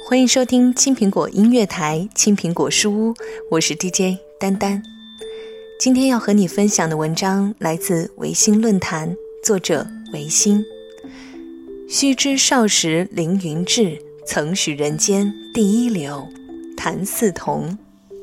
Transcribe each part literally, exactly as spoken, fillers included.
欢迎收听青苹果音乐台青苹果书屋，我是 D J 丹丹。今天要和你分享的文章来自维新论坛，作者维新。须知少时凌云志，曾许人间第一流。谭嗣同。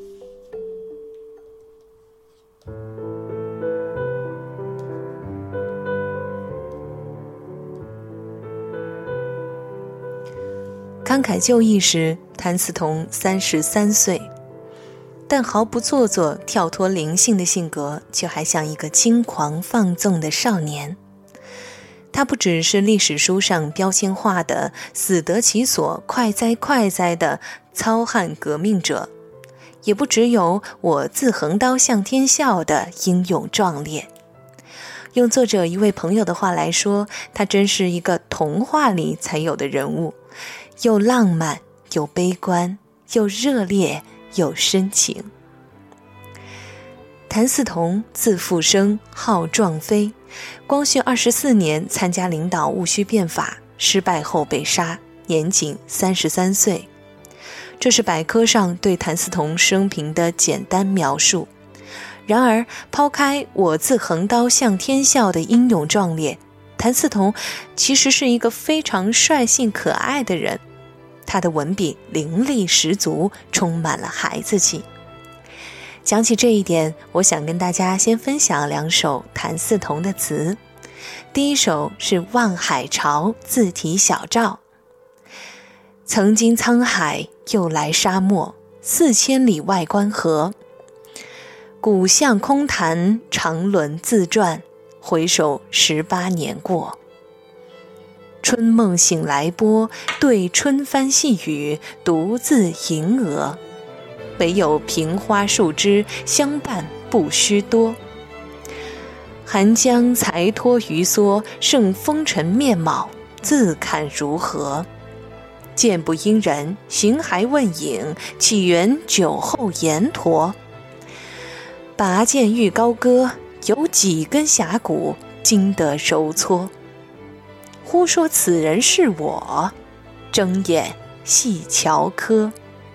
慷慨就义时，谭嗣同三十三岁，但毫不做作、跳脱灵性的性格，却还像一个轻狂放纵的少年。他不只是历史书上标签化的死得其所、快哉快哉的糙汉革命者，也不只有我自横刀向天笑的英勇壮烈。用作者一位朋友的话来说，他真是一个童话里才有的人物，又浪漫又悲观，又热烈又深情。谭嗣同字复生，号壮飞，光绪二十四年参加领导戊戌变法，失败后被杀，年仅三十三岁。这是百科上对谭嗣同生平的简单描述。然而，抛开我自横刀向天笑的英勇壮烈，谭嗣同其实是一个非常率性可爱的人。他的文笔凌厉十足，充满了孩子气。讲起这一点，我想跟大家先分享两首谭嗣同的词。第一首是《望海潮》自题小照。曾经沧海，又来沙漠，四千里外关河。古巷空谈，长轮自转，回首十八年过。春梦醒来波，对春帆细雨，独自吟额。唯有萍花树枝，相伴不须多。寒江才脱鱼梭，胜风尘面貌，自看如何？见不应人，形骸问影，岂缘酒后言驼？拔剑欲高歌，有几根峡谷，经得揉搓。忽说此人是我，睁眼细瞧柯。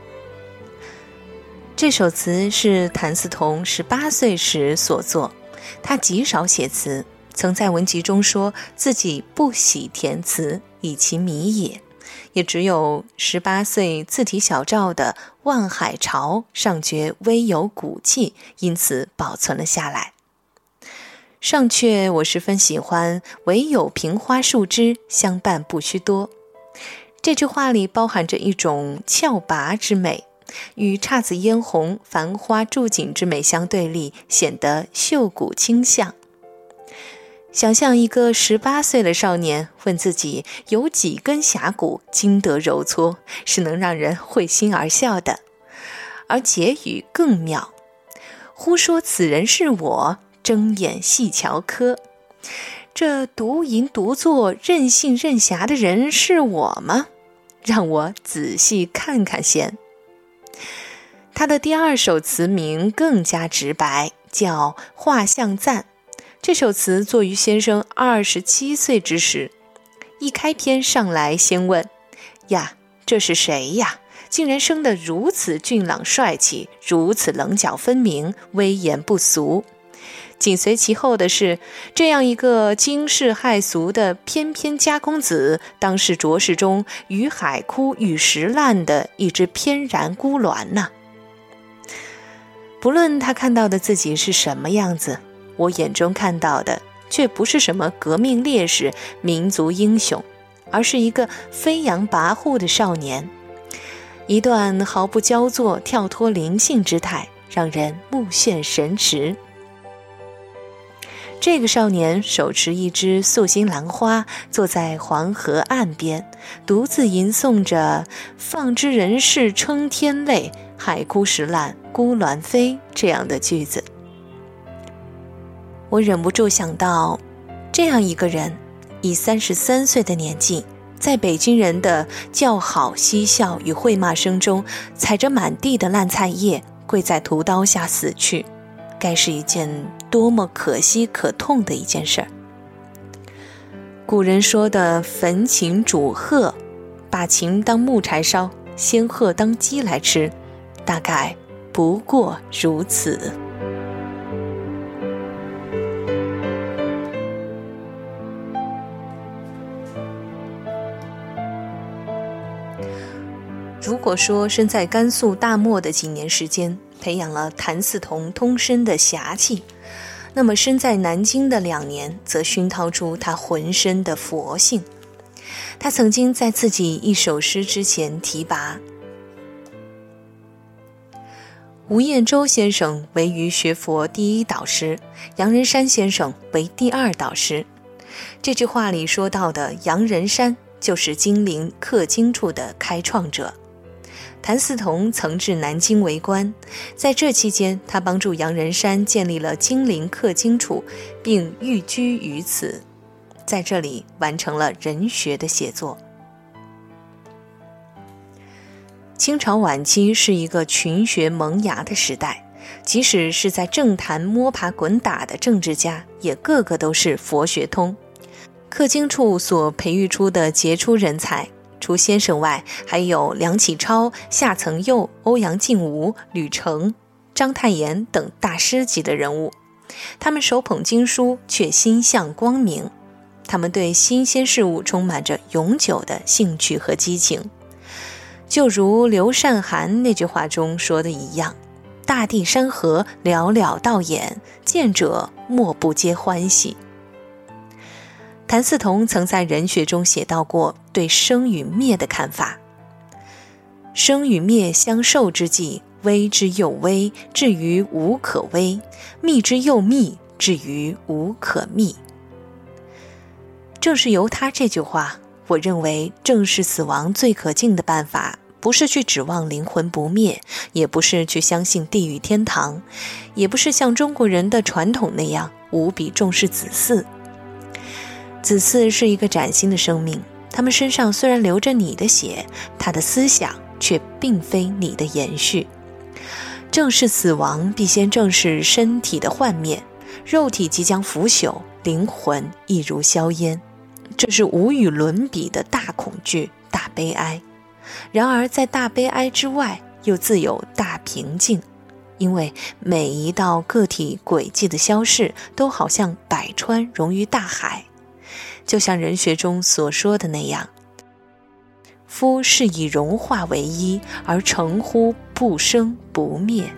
这首词是谭嗣同十八岁时所作，他极少写词，曾在文集中说自己不喜填词，以其迷也。也只有十八岁自题小照的《望海潮》尚觉微有骨气，因此保存了下来。上阙我十分喜欢唯有萍花树枝，相伴不须多。这句话里包含着一种峭拔之美，与姹紫嫣红、繁花著锦之美相对立，显得秀骨清向。想象一个十八岁的少年问自己有几根峡谷经得揉搓，是能让人会心而笑的。而结语更妙，忽说此人是我，睁眼细瞧柯。这独吟独作、任性任侠的人是我吗？让我仔细看看先。他的第二首词名更加直白，叫《画像赞》。这首词作于先生二十七岁之时，一开篇上来先问：呀，这是谁呀？竟然生得如此俊朗帅气，如此棱角分明，威严不俗。紧随其后的是，这样一个惊世骇俗的翩翩家公子，当是浊世中与海枯与石烂的一只翩然孤鸾呐、啊。不论他看到的自己是什么样子，我眼中看到的却不是什么革命烈士、民族英雄，而是一个飞扬跋扈的少年。一段毫不骄作、跳脱灵性之态，让人目眩神驰。这个少年手持一枝素心兰花，坐在黄河岸边，独自吟诵着“放之人世称天泪，海枯石烂孤鸾飞”这样的句子。我忍不住想到，这样一个人，以三十三岁的年纪，在北京人的叫好嬉笑与会骂声中，踩着满地的烂菜叶，跪在屠刀下死去，该是一件多么可惜可痛的一件事儿。古人说的焚琴煮鹤，把琴当木柴烧， 仙鹤当鸡来吃，大概不过如此。如果说身在甘肃大漠的几年时间培养了谭嗣同通身的侠气，那么身在南京的两年则熏陶出他浑身的佛性。他曾经在自己一首诗之前提拔吴彦洲先生为于学佛第一导师，杨仁山先生为第二导师。这句话里说到的杨仁山就是金陵刻经处的开创者。谭嗣同曾至南京为官，在这期间他帮助杨仁山建立了金陵刻经处，并寓居于此，在这里完成了人学的写作。清朝晚期是一个群学萌芽的时代，即使是在政坛摸爬滚打的政治家，也个个都是佛学通。刻经处所培育出的杰出人才，除先生外，还有梁启超、夏曾佑、欧阳靖无、吕澄、章太炎等大师级的人物。他们手捧经书，却心向光明。他们对新鲜事物充满着永久的兴趣和激情。就如刘善涵那句话中说的一样，大地山河寥寥到眼，见者莫不皆欢喜。谭嗣同曾在人学中写到过对生与灭的看法：生与灭相受之际，微之又微，至于无可微；密之又密，至于无可密。正是由他这句话，我认为正视死亡最可敬的办法，不是去指望灵魂不灭，也不是去相信地狱天堂，也不是像中国人的传统那样无比重视子嗣。子嗣是一个崭新的生命，他们身上虽然流着你的血，他的思想却并非你的延续。正视死亡，必先正视身体的幻灭，肉体即将腐朽，灵魂亦如硝烟，这是无与伦比的大恐惧、大悲哀。然而在大悲哀之外，又自有大平静，因为每一道个体轨迹的消逝，都好像百川融于大海。就像人学中所说的那样，夫是以融化为一，而成乎不生不灭。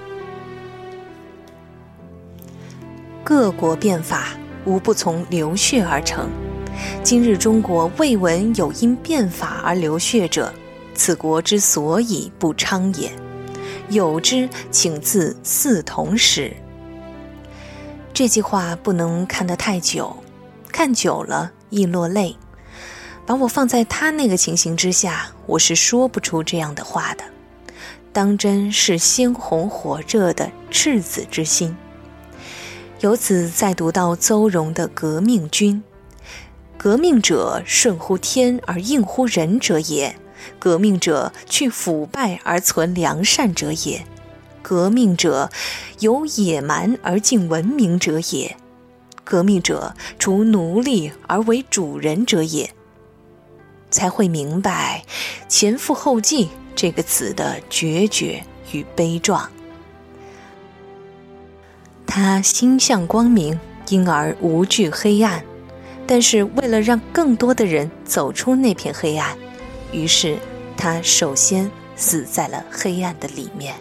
各国变法无不从流血而成，今日中国未闻有因变法而流血者，此国之所以不昌也。有之，请自嗣同始。这句话不能看得太久，看久了易落泪。把我放在他那个情形之下，我是说不出这样的话的。当真是鲜红火热的赤子之心。由此再读到邹容的革命军，革命者顺乎天而应乎人者也，革命者去腐败而存良善者也，革命者由野蛮而进文明者也，革命者除奴隶而为主人者也，才会明白前赴后继这个词的决绝与悲壮。他心向光明，因而无惧黑暗，但是为了让更多的人走出那片黑暗，于是他首先死在了黑暗的里面。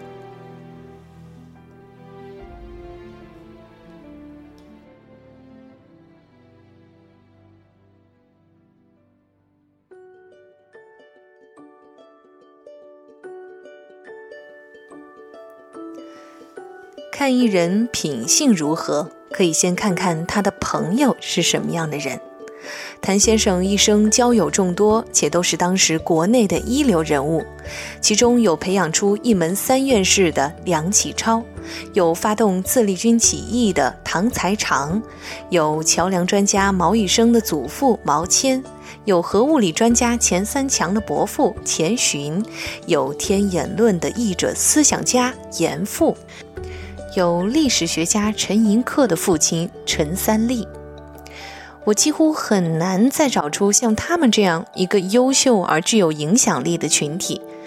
看一人品性如何，可以先看看他的朋友是什么样的人。谭先生一生交友众多，且都是当时国内的一流人物，其中有培养出一门三院士的梁启超，有发动自立军起义的唐才常，有桥梁专家毛羽生的祖父毛谦，有核物理专家钱三强的伯父钱询，有天演论的译者思想家严复，有历史学家陈寅恪的父亲陈三立。我几乎很难再找出像他们这样一个优秀而具有影响力的群体，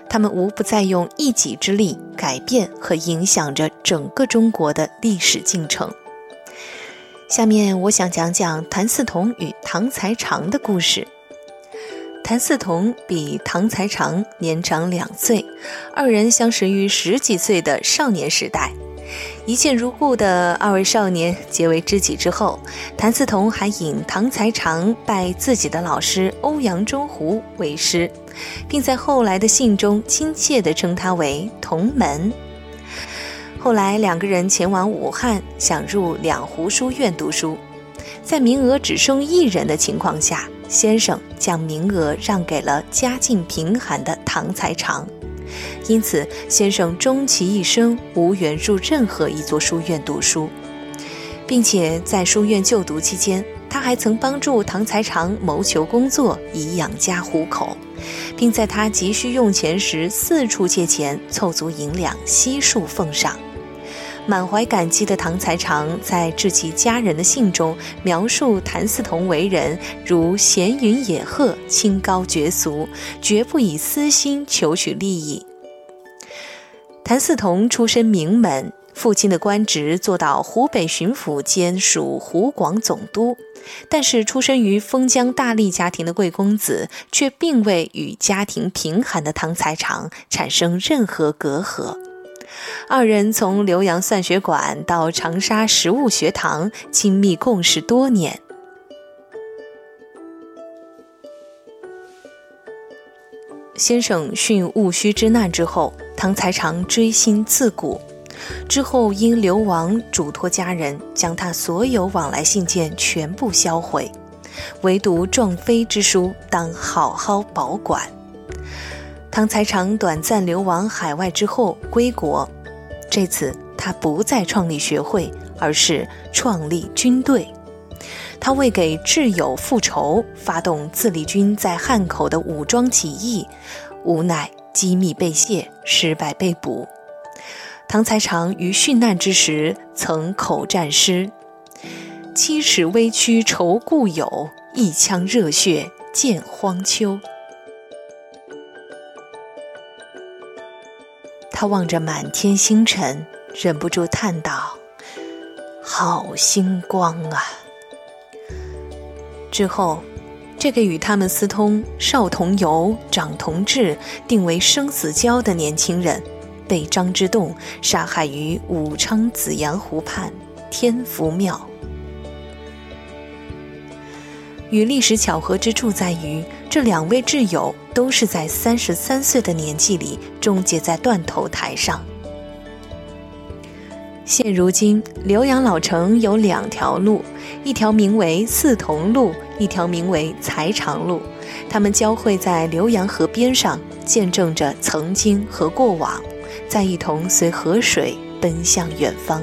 他们无不在用一己之力改变和影响着整个中国的历史进程。下面我想讲讲谭嗣同与唐才常的故事。谭嗣同比唐才常年长两岁，二人相识于十几岁的少年时代。一见如故的二位少年结为知己之后，谭嗣同还引唐才常拜自己的老师欧阳中湖为师，并在后来的信中亲切地称他为同门。后来两个人前往武汉，想入两湖书院读书，在名额只剩一人的情况下，先生将名额让给了家境贫寒的唐才常。因此先生终其一生无缘入任何一座书院读书，并且在书院就读期间，他还曾帮助唐才常谋求工作以养家糊口，并在他急需用钱时四处借钱凑足银两悉数奉上。满怀感激的唐才常在致其家人的信中描述谭嗣同为人如闲云野鹤，清高绝俗，绝不以私心求取利益。谭嗣同出身名门，父亲的官职做到湖北巡抚兼属湖广总督，但是出身于封疆大吏家庭的贵公子却并未与家庭贫寒的唐才常产生任何隔阂。二人从浏阳算学馆到长沙实物学堂，亲密共事多年。先生殉戊戌之难之后，唐才常追心刺骨，之后因流亡嘱托家人将他所有往来信件全部销毁，唯独撞飞之书当好好保管。唐才常短暂流亡海外之后归国，这次他不再创立学会，而是创立军队。他为给挚友复仇，发动自立军在汉口的武装起义，无奈机密被泄，失败被捕。唐才常于殉难之时曾口战诗：七尺微躯愁故友，一腔热血见荒丘。他望着满天星辰，忍不住叹道：好星光啊！之后，这个与他们私通少同游、长同志定为生死交的年轻人，被张之洞杀害于武昌紫阳湖畔天福庙。与历史巧合之处在于，这两位挚友都是在三十三岁的年纪里终结在断头台上。现如今，浏阳老城有两条路，一条名为嗣同路，一条名为才常路。它们交汇在浏阳河边上，见证着曾经和过往，再一同随河水奔向远方。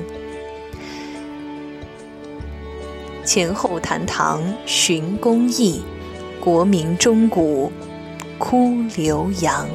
前后谈唐寻公义，国民钟鼓哭浏阳。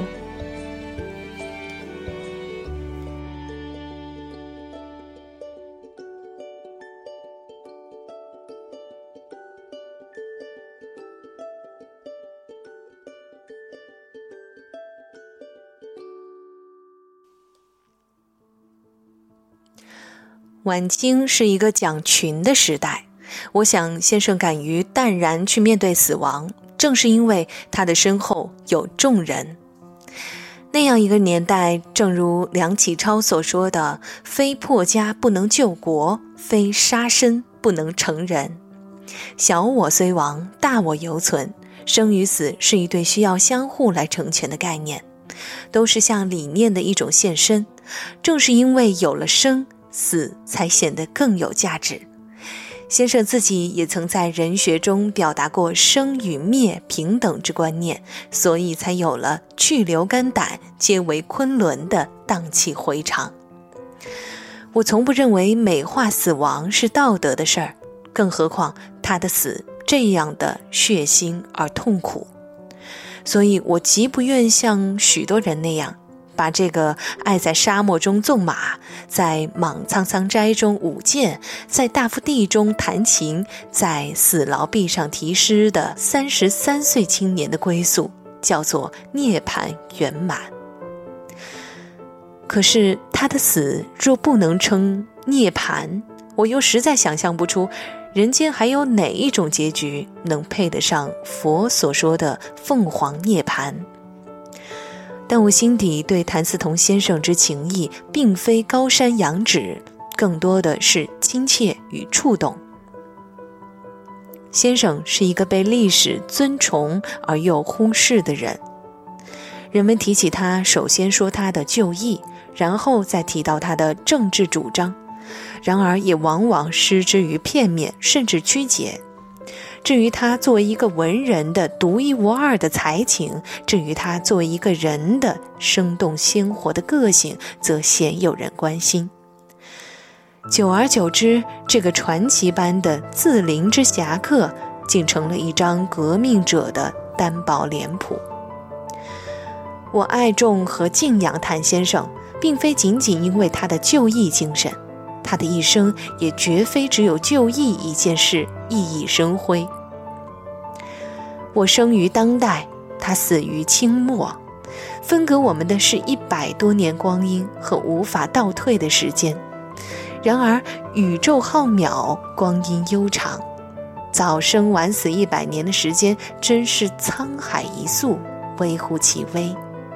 晚清是一个讲群的时代，我想先生敢于淡然去面对死亡，正是因为他的身后有众人。那样一个年代，正如梁启超所说的，非破家不能救国，非杀身不能成人。小我虽亡，大我犹存，生与死是一对需要相互来成全的概念，都是向理念的一种献身。正是因为有了生，死才显得更有价值。先生自己也曾在人学中表达过生与灭平等之观念，所以才有了去留肝胆皆为昆仑的荡气回肠。我从不认为美化死亡是道德的事儿，更何况他的死这样的血腥而痛苦。所以我极不愿像许多人那样，把这个爱在沙漠中纵马，在莽苍苍斋中舞剑，在大福地中弹琴，在死牢壁上题诗的三十三岁青年的归宿叫做涅槃圆满。 可是他的死若不能称涅槃，我又实在想象不出人间还有哪一种结局能配得上佛所说的凤凰涅槃。但我心底对谭嗣同先生之情谊并非高山仰止，更多的是亲切与触动。先生是一个被历史尊崇而又忽视的人，人们提起他，首先说他的就义，然后再提到他的政治主张，然而也往往失之于片面，甚至曲解。至于他作为一个文人的独一无二的才情，至于他作为一个人的生动鲜活的个性，则鲜有人关心。久而久之，这个传奇般的自陵之侠客竟成了一张革命者的单薄脸谱。我爱重和敬仰谭先生，并非仅仅因为他的就义精神，他的一生也绝非只有就义一件事熠熠生辉。我生于当代，他死于清末，分隔我们的是一百多年光阴和无法倒退的时间。然而宇宙浩渺，光阴悠长，早生晚死一百年的时间，真是沧海一粟，微乎其微。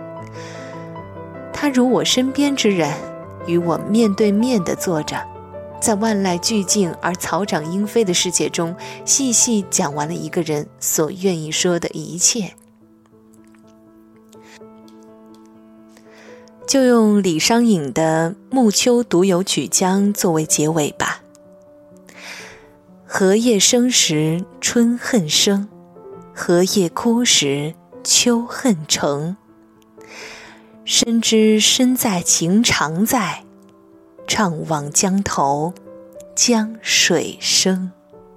他如我身边之人，与我面对面地坐着，在万籁俱静而草长莺飞的世界中，细细讲完了一个人所愿意说的一切。就用李商隐的《暮秋独有曲江》作为结尾吧。荷叶生时春恨生，荷叶枯时秋恨成。深知身在情常在，怅望江头江水声。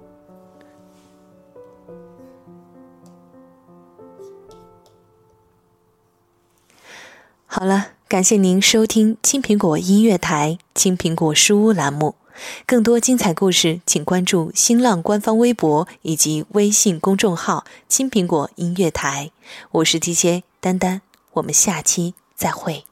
好了，感谢您收听青苹果音乐台青苹果书屋栏目，更多精彩故事请关注新浪官方微博以及微信公众号青苹果音乐台。我是 D J 丹丹，我们下期再会。